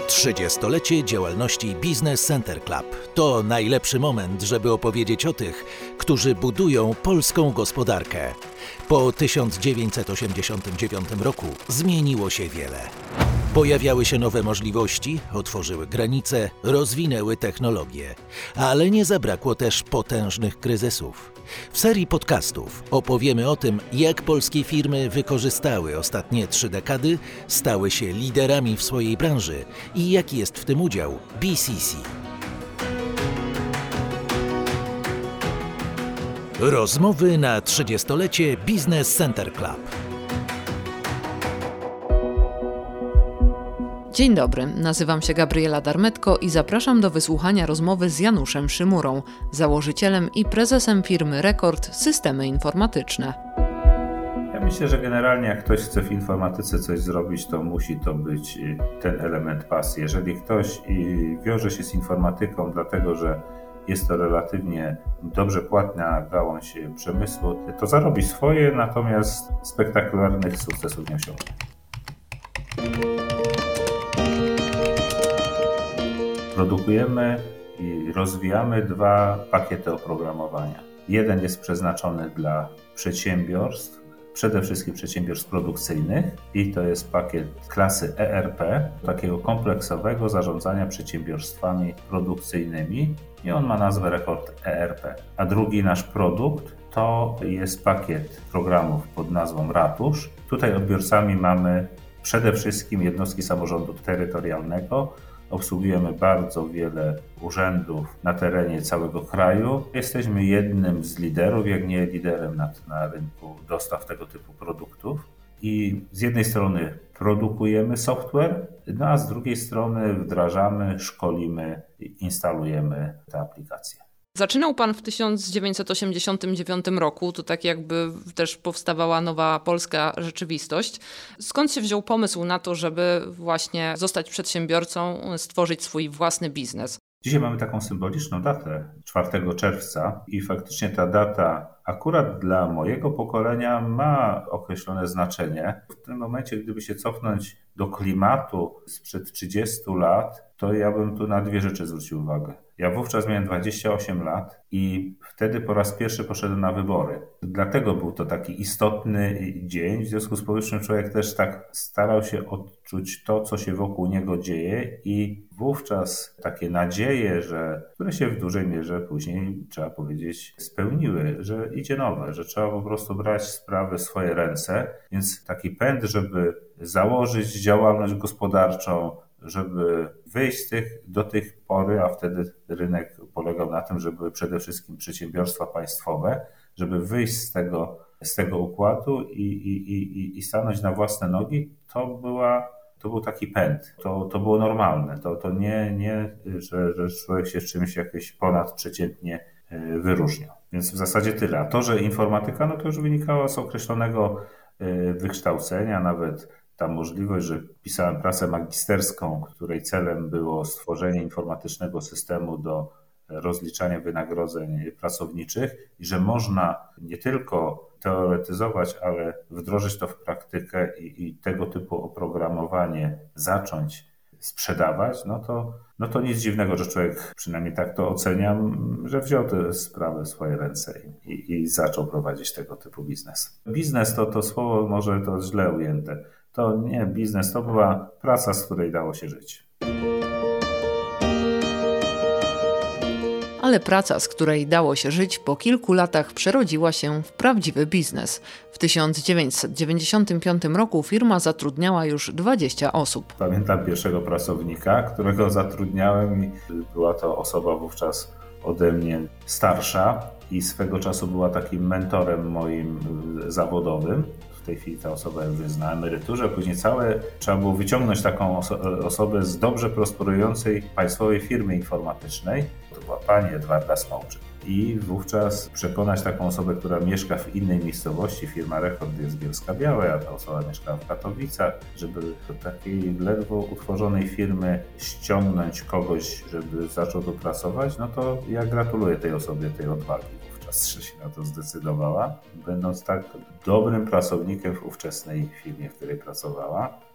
30-lecie działalności Business Center Club to najlepszy moment, żeby opowiedzieć o tych, którzy budują polską gospodarkę. Po 1989 roku zmieniło się wiele. Pojawiały się nowe możliwości, otworzyły granice, rozwinęły technologie, ale nie zabrakło też potężnych kryzysów. W serii podcastów opowiemy o tym, jak polskie firmy wykorzystały ostatnie 3 dekady, stały się liderami w swojej branży i jaki jest w tym udział BCC. Rozmowy na 30-lecie Business Center Club. Dzień dobry, nazywam się Gabriela Darmetko i zapraszam do wysłuchania rozmowy z Januszem Szymurą, założycielem i prezesem firmy Rekord Systemy Informatyczne. Ja myślę, że generalnie jak ktoś chce w informatyce coś zrobić, to musi to być ten element pasji. Jeżeli ktoś wiąże się z informatyką dlatego, że jest to relatywnie dobrze płatna gałąź przemysłu, to zarobi swoje, natomiast spektakularnych sukcesów nie osiągnie. Produkujemy i rozwijamy 2 pakiety oprogramowania. Jeden jest przeznaczony dla przedsiębiorstw, przede wszystkim przedsiębiorstw produkcyjnych i to jest pakiet klasy ERP, takiego kompleksowego zarządzania przedsiębiorstwami produkcyjnymi i on ma nazwę Rekord ERP. A drugi nasz produkt to jest pakiet programów pod nazwą Ratusz. Tutaj odbiorcami mamy przede wszystkim jednostki samorządu terytorialnego. Obsługujemy bardzo wiele urzędów na terenie całego kraju. Jesteśmy jednym z liderów, jak nie liderem na rynku dostaw tego typu produktów. I z jednej strony produkujemy software, no a z drugiej strony wdrażamy, szkolimy i instalujemy te aplikacje. Zaczynał Pan w 1989 roku, to tak jakby też powstawała nowa polska rzeczywistość. Skąd się wziął pomysł na to, żeby właśnie zostać przedsiębiorcą, stworzyć swój własny biznes? Dzisiaj mamy taką symboliczną datę, 4 czerwca i faktycznie ta data akurat dla mojego pokolenia ma określone znaczenie. W tym momencie, gdyby się cofnąć do klimatu sprzed 30 lat, to ja bym tu na 2 rzeczy zwrócił uwagę. Ja wówczas miałem 28 lat i wtedy po raz pierwszy poszedłem na wybory. Dlatego był to taki istotny dzień, w związku z powyższym człowiek też tak starał się odczuć to, co się wokół niego dzieje i wówczas takie nadzieje, które się w dużej mierze później, trzeba powiedzieć, spełniły, że idzie nowe, że trzeba po prostu brać sprawy w swoje ręce, więc taki pęd, żeby założyć działalność gospodarczą, żeby wyjść do tych pory, a wtedy rynek polegał na tym, że były przede wszystkim przedsiębiorstwa państwowe, żeby wyjść z tego układu i stanąć na własne nogi, to był taki pęd. To było normalne. To nie że człowiek się z czymś jakoś ponadprzeciętnie wyróżniał. Więc w zasadzie tyle. A to, że informatyka, no to już wynikało z określonego wykształcenia, nawet ta możliwość, że pisałem pracę magisterską, której celem było stworzenie informatycznego systemu do rozliczania wynagrodzeń pracowniczych i że można nie tylko teoretyzować, ale wdrożyć to w praktykę i tego typu oprogramowanie zacząć sprzedawać, no to nic dziwnego, że człowiek, przynajmniej tak to oceniam, że wziął tę sprawę w swoje ręce i zaczął prowadzić tego typu biznes. Biznes to słowo może to źle ujęte. To nie biznes, to była praca, z której dało się żyć. Ale praca, z której dało się żyć, po kilku latach przerodziła się w prawdziwy biznes. W 1995 roku firma zatrudniała już 20 osób. Pamiętam pierwszego pracownika, którego zatrudniałem i była to osoba wówczas ode mnie starsza i swego czasu była takim mentorem moim zawodowym. W tej chwili ta osoba już jest na emeryturze. Później trzeba było wyciągnąć taką osobę z dobrze prosperującej państwowej firmy informatycznej. To była pani Edwarda Smołczyk. I wówczas przekonać taką osobę, która mieszka w innej miejscowości, firma Rekord jest w Bielska-Białej, a ta osoba mieszka w Katowicach, żeby do takiej ledwo utworzonej firmy ściągnąć kogoś, żeby zaczął tu pracować, no to ja gratuluję tej osobie tej odwagi. Że się na to zdecydowała, będąc tak dobrym pracownikiem w ówczesnej firmie, w której pracowała.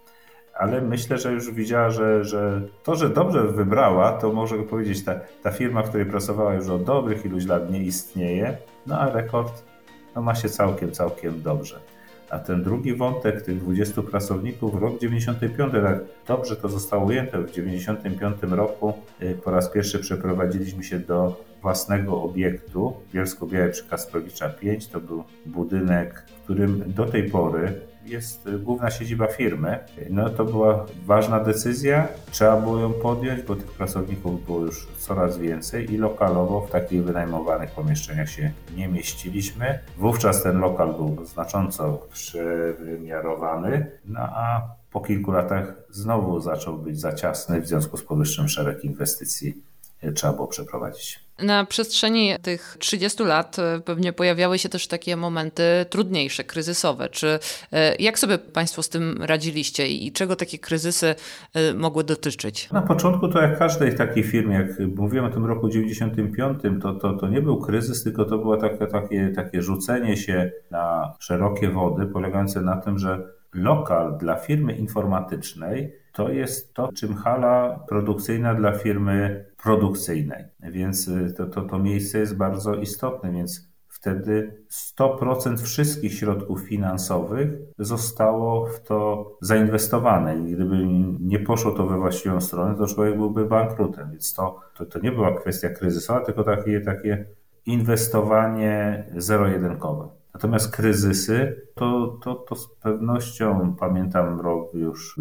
ale myślę, że już widziała, że to, że dobrze wybrała, to może powiedzieć, ta firma, w której pracowała już od dobrych iluś lat nie istnieje, no a Rekord ma się całkiem dobrze. A ten drugi wątek, tych 20 pracowników, rok 95, tak dobrze to zostało ujęte. W 95 roku po raz pierwszy przeprowadziliśmy się do własnego obiektu Bielsko-Białej przy Kasprowicza 5. To był budynek, w którym do tej pory jest główna siedziba firmy. No to była ważna decyzja, trzeba było ją podjąć, bo tych pracowników było już coraz więcej i lokalowo w takich wynajmowanych pomieszczeniach się nie mieściliśmy. Wówczas ten lokal był znacząco przewymiarowany, no a po kilku latach znowu zaczął być za ciasny, w związku z powyższym szereg inwestycji trzeba było przeprowadzić. Na przestrzeni tych 30 lat pewnie pojawiały się też takie momenty trudniejsze, kryzysowe. Jak sobie Państwo z tym radziliście i czego takie kryzysy mogły dotyczyć? Na początku to jak każdej takiej firmie, jak mówiłem o tym roku 95, to nie był kryzys, tylko to było takie rzucenie się na szerokie wody, polegające na tym, że lokal dla firmy informatycznej to jest to, czym hala produkcyjna dla firmy produkcyjnej. Więc to miejsce jest bardzo istotne, więc wtedy 100% wszystkich środków finansowych zostało w to zainwestowane. I gdyby nie poszło to we właściwą stronę, to człowiek byłby bankrutem. Więc to nie była kwestia kryzysowa, tylko takie inwestowanie zero-jedynkowe. Natomiast kryzysy, to z pewnością, pamiętam rok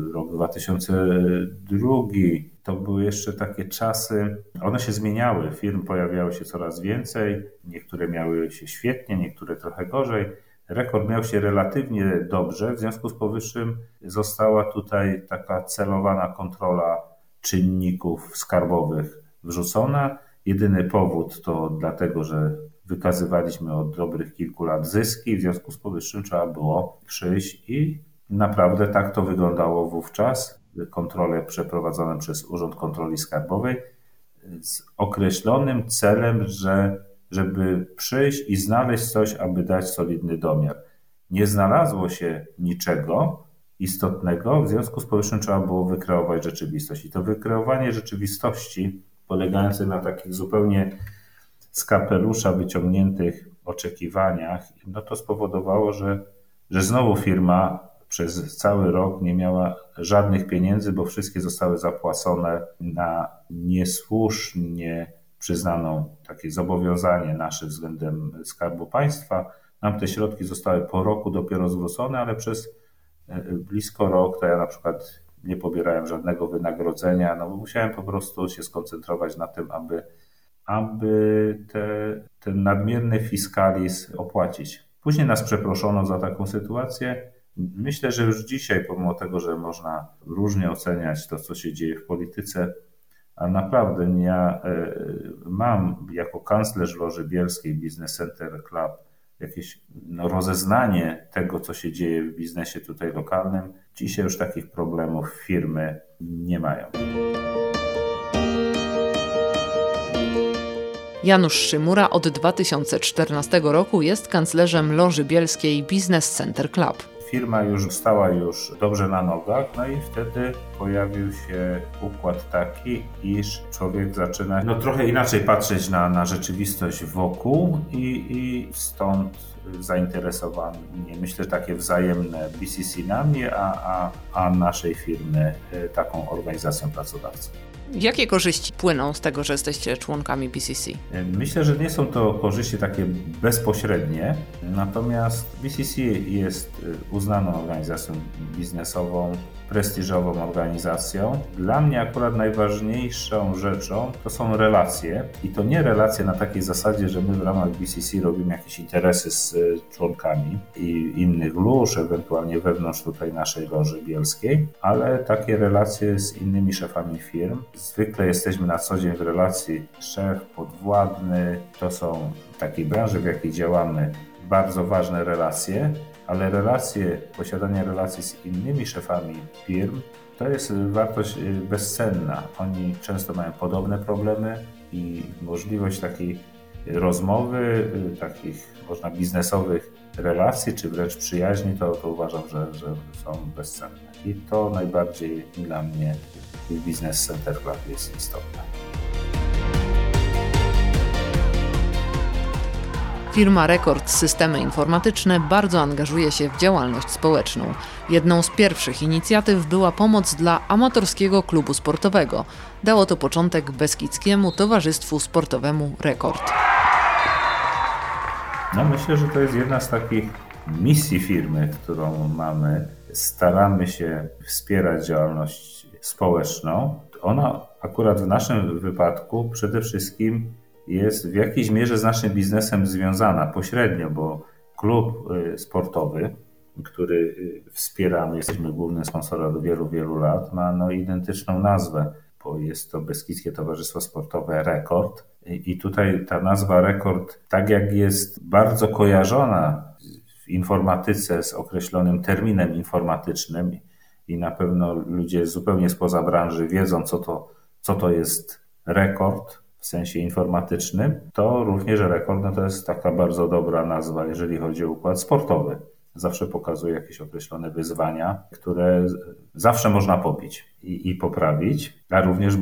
2002, to były jeszcze takie czasy, one się zmieniały, firm pojawiało się coraz więcej, niektóre miały się świetnie, niektóre trochę gorzej. Rekord miał się relatywnie dobrze, w związku z powyższym została tutaj taka celowana kontrola czynników skarbowych wrzucona. Jedyny powód to dlatego, że wykazywaliśmy od dobrych kilku lat zyski, w związku z powyższym trzeba było przyjść i naprawdę tak to wyglądało wówczas. Kontrole przeprowadzone przez Urząd Kontroli Skarbowej z określonym celem, żeby przyjść i znaleźć coś, aby dać solidny domiar. Nie znalazło się niczego istotnego, w związku z powyższym trzeba było wykreować rzeczywistość. I to wykreowanie rzeczywistości polegające na takich zupełnie z kapelusza wyciągniętych oczekiwaniach, no to spowodowało, że znowu firma przez cały rok nie miała żadnych pieniędzy, bo wszystkie zostały zapłacone na niesłusznie przyznaną takie zobowiązanie nasze względem Skarbu Państwa. Nam te środki zostały po roku dopiero zwrócone, ale przez blisko rok to ja na przykład nie pobierałem żadnego wynagrodzenia, no bo musiałem po prostu się skoncentrować na tym, aby ten nadmierny fiskalizm opłacić. Później nas przeproszono za taką sytuację. Myślę, że już dzisiaj, pomimo tego, że można różnie oceniać to, co się dzieje w polityce, a naprawdę ja mam jako kanclerz Loży Bielskiej Business Center Club jakieś rozeznanie tego, co się dzieje w biznesie tutaj lokalnym. Dzisiaj już takich problemów firmy nie mają. Janusz Szymura od 2014 roku jest kanclerzem Loży Bielskiej Business Center Club. Firma już stała dobrze na nogach, no i wtedy pojawił się układ taki, iż człowiek zaczyna trochę inaczej patrzeć na rzeczywistość wokół i stąd zainteresowanie, myślę, takie wzajemne BCC nami, a naszej firmy taką organizacją pracodawców. Jakie korzyści płyną z tego, że jesteście członkami BCC? Myślę, że nie są to korzyści takie bezpośrednie, natomiast BCC jest uznaną organizacją biznesową, prestiżową organizacją. Dla mnie akurat najważniejszą rzeczą to są relacje i to nie relacje na takiej zasadzie, że my w ramach BCC robimy jakieś interesy z członkami i innych lóż, ewentualnie wewnątrz tutaj naszej Loży Bielskiej, ale takie relacje z innymi szefami firm. Zwykle jesteśmy na co dzień w relacji szef, podwładny. To są w takiej branży, w jakiej działamy, bardzo ważne relacje, ale posiadanie relacji z innymi szefami firm to jest wartość bezcenna. Oni często mają podobne problemy i możliwość takiej rozmowy, takich można biznesowych relacji, czy wręcz przyjaźni, to uważam, że są bezcenne. I to najbardziej dla mnie w Business Center Club jest istotne. Firma Rekord Systemy Informatyczne bardzo angażuje się w działalność społeczną. Jedną z pierwszych inicjatyw była pomoc dla amatorskiego klubu sportowego. Dało to początek Beskidzkiemu Towarzystwu Sportowemu Rekord. Myślę, że to jest jedna z takich misji firmy, którą mamy. Staramy się wspierać działalność społeczną. Ona akurat w naszym wypadku przede wszystkim jest w jakiejś mierze z naszym biznesem związana pośrednio, bo klub sportowy, który wspieramy, jesteśmy głównym sponsorem od wielu, wielu lat, ma identyczną nazwę, bo jest to Beskidzkie Towarzystwo Sportowe Rekord. I tutaj ta nazwa Rekord, tak jak jest bardzo kojarzona w informatyce z określonym terminem informatycznym i na pewno ludzie zupełnie spoza branży wiedzą, co to jest rekord w sensie informatycznym, to również rekord to jest taka bardzo dobra nazwa, jeżeli chodzi o układ sportowy. Zawsze pokazuje jakieś określone wyzwania, które zawsze można pobić i poprawić, a również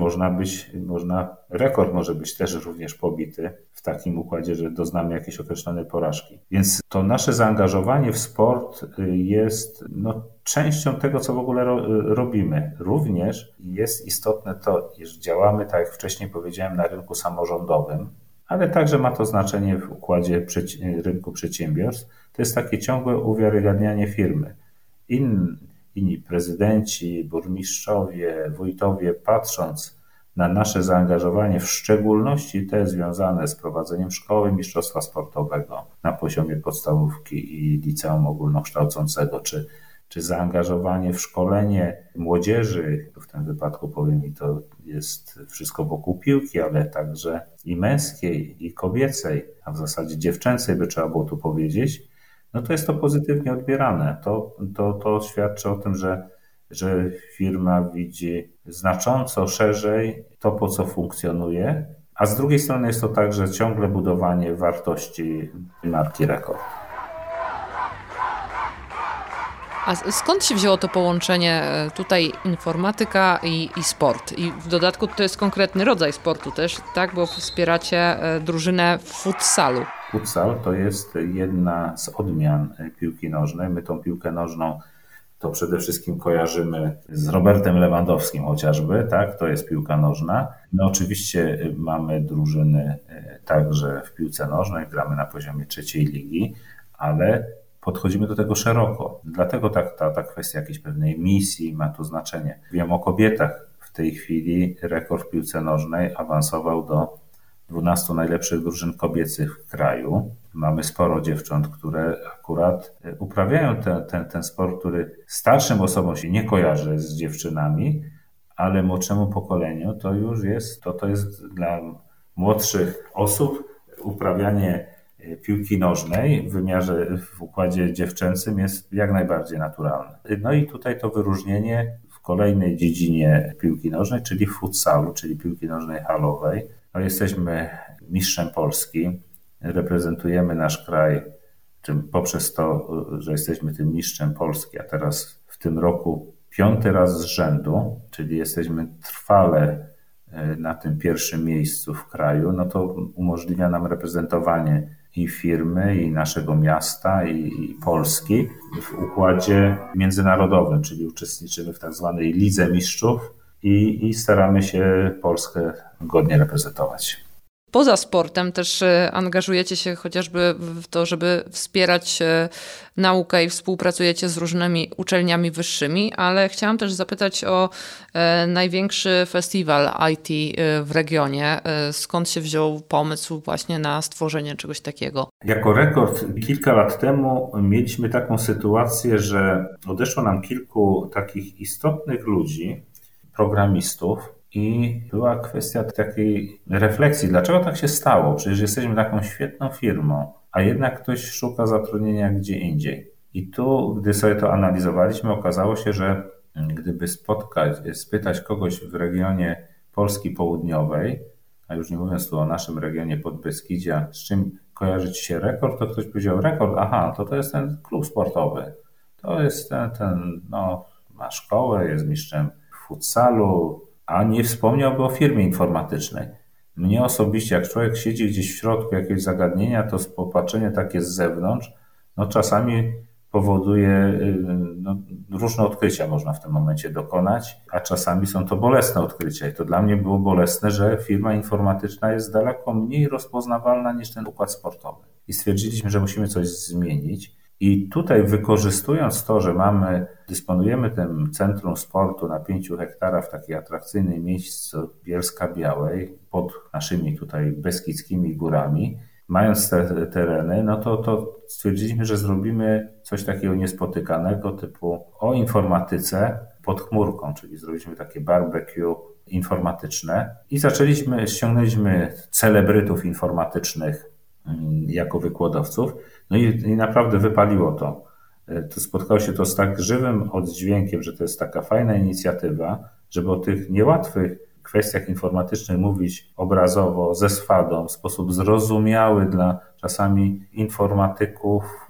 rekord może być też również pobity w takim układzie, że doznamy jakiejś określonej porażki. Więc to nasze zaangażowanie w sport jest częścią tego, co w ogóle robimy. Również jest istotne to, iż działamy, tak jak wcześniej powiedziałem, na rynku samorządowym, ale także ma to znaczenie w układzie rynku przedsiębiorstw. To jest takie ciągłe uwiarygadnianie firmy. Inni prezydenci, burmistrzowie, wójtowie, patrząc na nasze zaangażowanie, w szczególności te związane z prowadzeniem szkoły mistrzostwa sportowego na poziomie podstawówki i liceum ogólnokształcącego, czy zaangażowanie w szkolenie młodzieży, w tym wypadku powiem mi, to jest wszystko wokół piłki, ale także i męskiej, i kobiecej, a w zasadzie dziewczęcej by trzeba było tu powiedzieć, to jest to pozytywnie odbierane. To świadczy o tym, że firma widzi znacząco szerzej to, po co funkcjonuje, a z drugiej strony jest to także ciągle budowanie wartości marki Rekord. A skąd się wzięło to połączenie tutaj informatyka i sport? I w dodatku to jest konkretny rodzaj sportu też, tak? Bo wspieracie drużynę futsalu. Futsal to jest jedna z odmian piłki nożnej. My tą piłkę nożną to przede wszystkim kojarzymy z Robertem Lewandowskim chociażby, tak? To jest piłka nożna. My oczywiście mamy drużyny także w piłce nożnej, gramy na poziomie 3. ligi, ale podchodzimy do tego szeroko. Dlatego ta kwestia jakiejś pewnej misji ma tu znaczenie. Wiem o kobietach. W tej chwili rekord w piłce nożnej awansował do 12 najlepszych drużyn kobiecych w kraju. Mamy sporo dziewcząt, które akurat uprawiają ten sport, który starszym osobom się nie kojarzy z dziewczynami, ale młodszemu pokoleniu to już jest, to jest dla młodszych osób uprawianie piłki nożnej w układzie dziewczęcym jest jak najbardziej naturalne. I tutaj to wyróżnienie w kolejnej dziedzinie piłki nożnej, czyli w futsalu, czyli piłki nożnej halowej. Jesteśmy mistrzem Polski, reprezentujemy nasz kraj poprzez to, że jesteśmy tym mistrzem Polski, a teraz w tym roku 5. raz z rzędu, czyli jesteśmy trwale na tym pierwszym miejscu w kraju, to umożliwia nam reprezentowanie i firmy, i naszego miasta, i Polski w układzie międzynarodowym, czyli uczestniczymy w tak zwanej Lidze Mistrzów i staramy się Polskę godnie reprezentować. Poza sportem też angażujecie się chociażby w to, żeby wspierać naukę i współpracujecie z różnymi uczelniami wyższymi, ale chciałam też zapytać o największy festiwal IT w regionie. Skąd się wziął pomysł właśnie na stworzenie czegoś takiego? Jako Rekord kilka lat temu mieliśmy taką sytuację, że odeszło nam kilku takich istotnych ludzi, programistów, i była kwestia takiej refleksji, dlaczego tak się stało? Przecież jesteśmy taką świetną firmą, a jednak ktoś szuka zatrudnienia gdzie indziej. I tu, gdy sobie to analizowaliśmy, okazało się, że gdyby spytać kogoś w regionie Polski Południowej, a już nie mówiąc tu o naszym regionie Podbeskidzia, z czym kojarzy Ci się Rekord, to ktoś powiedział Rekord, aha, to jest ten klub sportowy. To jest ten ma szkołę, jest mistrzem futsalu, a nie wspomniałby o firmie informatycznej. Mnie osobiście, jak człowiek siedzi gdzieś w środku jakiegoś zagadnienia, to popatrzenie takie z zewnątrz, czasami powoduje, różne odkrycia można w tym momencie dokonać, a czasami są to bolesne odkrycia. I to dla mnie było bolesne, że firma informatyczna jest daleko mniej rozpoznawalna niż ten układ sportowy. I stwierdziliśmy, że musimy coś zmienić. I tutaj wykorzystując to, że dysponujemy tym centrum sportu na 5 hektarach w takiej atrakcyjnej miejscu Bielska-Białej pod naszymi tutaj beskidzkimi górami, mając te tereny, to stwierdziliśmy, że zrobimy coś takiego niespotykanego typu o informatyce pod chmurką, czyli zrobiliśmy takie barbecue informatyczne i ściągnęliśmy celebrytów informatycznych jako wykładowców, i naprawdę wypaliło to. Spotkało się to z tak żywym oddźwiękiem, że to jest taka fajna inicjatywa, żeby o tych niełatwych kwestiach informatycznych mówić obrazowo, ze swadą, w sposób zrozumiały dla czasami informatyków.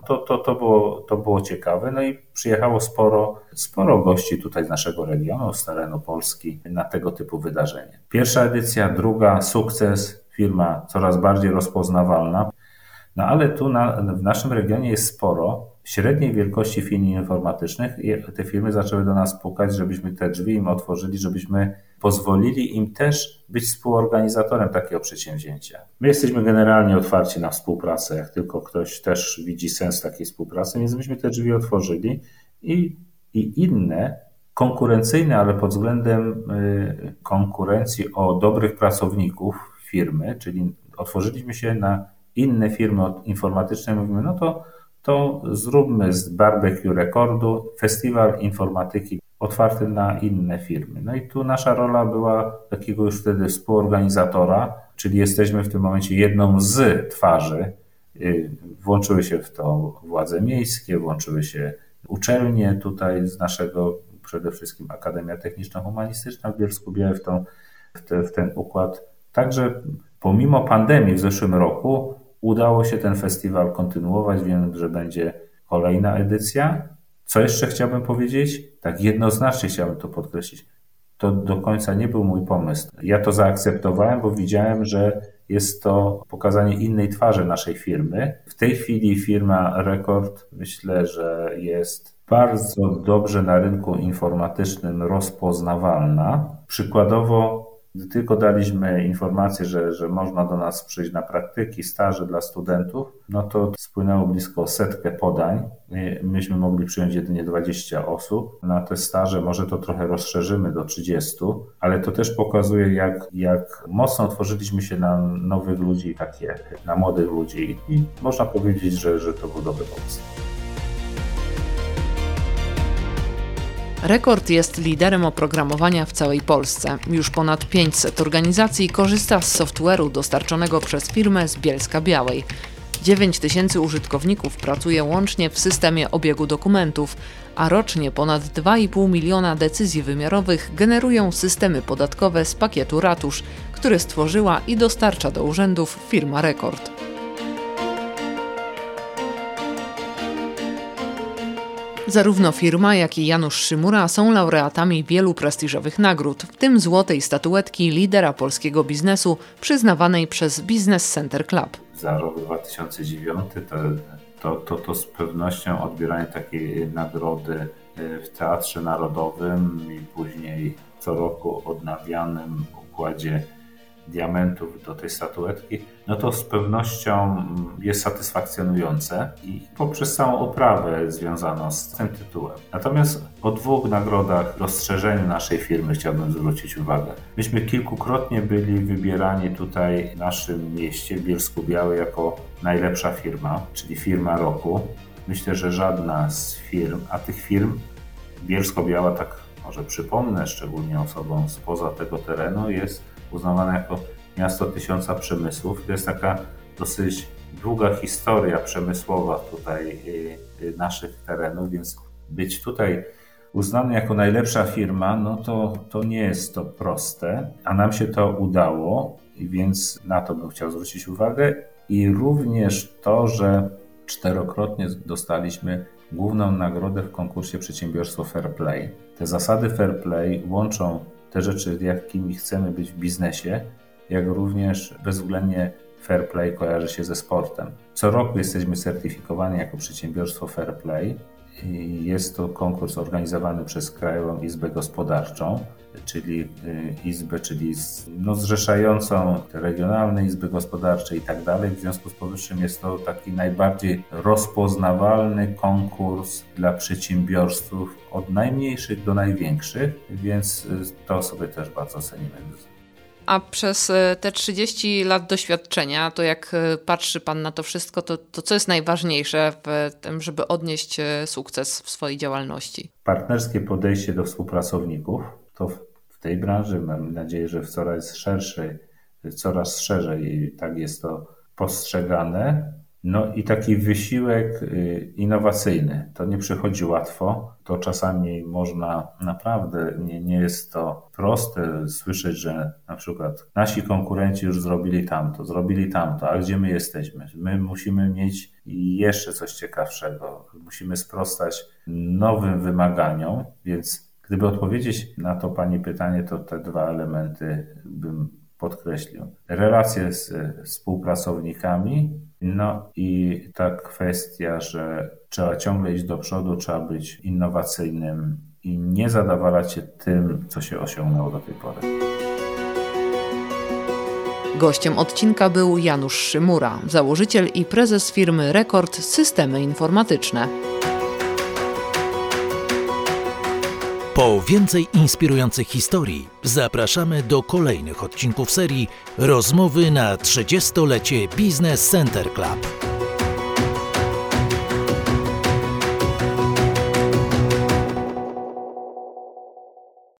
To było ciekawe. I przyjechało sporo gości tutaj z naszego regionu, z terenu Polski na tego typu wydarzenie. Pierwsza edycja, druga, sukces, firma coraz bardziej rozpoznawalna. Ale tu w naszym regionie jest sporo średniej wielkości firm informatycznych i te firmy zaczęły do nas pukać, żebyśmy te drzwi im otworzyli, żebyśmy pozwolili im też być współorganizatorem takiego przedsięwzięcia. My jesteśmy generalnie otwarci na współpracę, jak tylko ktoś też widzi sens takiej współpracy, więc myśmy te drzwi otworzyli i inne, konkurencyjne, ale pod względem konkurencji o dobrych pracowników firmy, czyli otworzyliśmy się na inne firmy informatyczne, mówimy, to zróbmy z barbecue Rekordu festiwal informatyki otwarty na inne firmy. I tu nasza rola była takiego już wtedy współorganizatora, czyli jesteśmy w tym momencie jedną z twarzy. Włączyły się w to władze miejskie, włączyły się uczelnie tutaj z naszego, przede wszystkim Akademia Techniczno-Humanistyczna w Bielsku-Białej w ten układ. Także pomimo pandemii w zeszłym roku udało się ten festiwal kontynuować. Wiem, że będzie kolejna edycja. Co jeszcze chciałbym powiedzieć? Tak jednoznacznie chciałbym to podkreślić. To do końca nie był mój pomysł. Ja to zaakceptowałem, bo widziałem, że jest to pokazanie innej twarzy naszej firmy. W tej chwili firma Rekord, myślę, że jest bardzo dobrze na rynku informatycznym rozpoznawalna. Przykładowo, gdy tylko daliśmy informację, że można do nas przyjść na praktyki, staże dla studentów, to spłynęło blisko 100 podań. Myśmy mogli przyjąć jedynie 20 osób. Na te staże może to trochę rozszerzymy do 30, ale to też pokazuje, jak mocno otworzyliśmy się na nowych ludzi, na młodych ludzi i można powiedzieć, że to był dobry pomysł. Rekord jest liderem oprogramowania w całej Polsce. Już ponad 500 organizacji korzysta z software'u dostarczonego przez firmę z Bielska-Białej. 9000 użytkowników pracuje łącznie w systemie obiegu dokumentów, a rocznie ponad 2,5 miliona decyzji wymiarowych generują systemy podatkowe z pakietu Ratusz, który stworzyła i dostarcza do urzędów firma Rekord. Zarówno firma, jak i Janusz Szymura są laureatami wielu prestiżowych nagród, w tym złotej statuetki lidera polskiego biznesu przyznawanej przez Business Center Club. Za rok 2009 to z pewnością odbieranie takiej nagrody w Teatrze Narodowym i później co roku odnawianym układzie diamentów do tej statuetki, to z pewnością jest satysfakcjonujące i poprzez całą oprawę związaną z tym tytułem. Natomiast o 2 nagrodach, rozszerzeniu naszej firmy chciałbym zwrócić uwagę. Myśmy kilkukrotnie byli wybierani tutaj w naszym mieście, Bielsku-Białej, jako najlepsza firma, czyli firma roku. Myślę, że żadna z firm, a tych firm Bielsko-Biała, tak może przypomnę, szczególnie osobom spoza tego terenu, jest uznawane jako miasto 1000 przemysłów. To jest taka dosyć długa historia przemysłowa tutaj naszych terenów, więc być tutaj uznany jako najlepsza firma, to nie jest to proste, a nam się to udało, więc na to bym chciał zwrócić uwagę. i również to, że 4-krotnie dostaliśmy główną nagrodę w konkursie Przedsiębiorstwo Fair Play. Te zasady Fair Play łączą te rzeczy, jakimi chcemy być w biznesie, jak również bezwzględnie Fair Play kojarzy się ze sportem. Co roku jesteśmy certyfikowani jako Przedsiębiorstwo Fair Play. Jest to konkurs organizowany przez Krajową Izbę Gospodarczą, czyli izbę, zrzeszającą te regionalne izby gospodarcze i tak dalej. W związku z powyższym jest to taki najbardziej rozpoznawalny konkurs dla przedsiębiorców od najmniejszych do największych, więc to sobie też bardzo cenimy. A przez te 30 lat doświadczenia, to jak patrzy Pan na to wszystko, to co jest najważniejsze w tym, żeby odnieść sukces w swojej działalności? Partnerskie podejście do współpracowników. To w tej branży mam nadzieję, że coraz szerzej tak jest to postrzegane. No i taki wysiłek innowacyjny. To nie przychodzi łatwo. To czasami można naprawdę, nie jest to proste słyszeć, że na przykład nasi konkurenci już zrobili tamto, a gdzie my jesteśmy? My musimy mieć jeszcze coś ciekawszego. Musimy sprostać nowym wymaganiom, więc gdyby odpowiedzieć na to Pani pytanie, to te dwa elementy bym podkreślił. Relacje z współpracownikami, no i ta kwestia, że trzeba ciągle iść do przodu, trzeba być innowacyjnym i nie zadawalać się tym, co się osiągnęło do tej pory. Gościem odcinka był Janusz Szymura, założyciel i prezes firmy Rekord Systemy Informatyczne. Po więcej inspirujących historii zapraszamy do kolejnych odcinków serii Rozmowy na 30-lecie Business Center Club.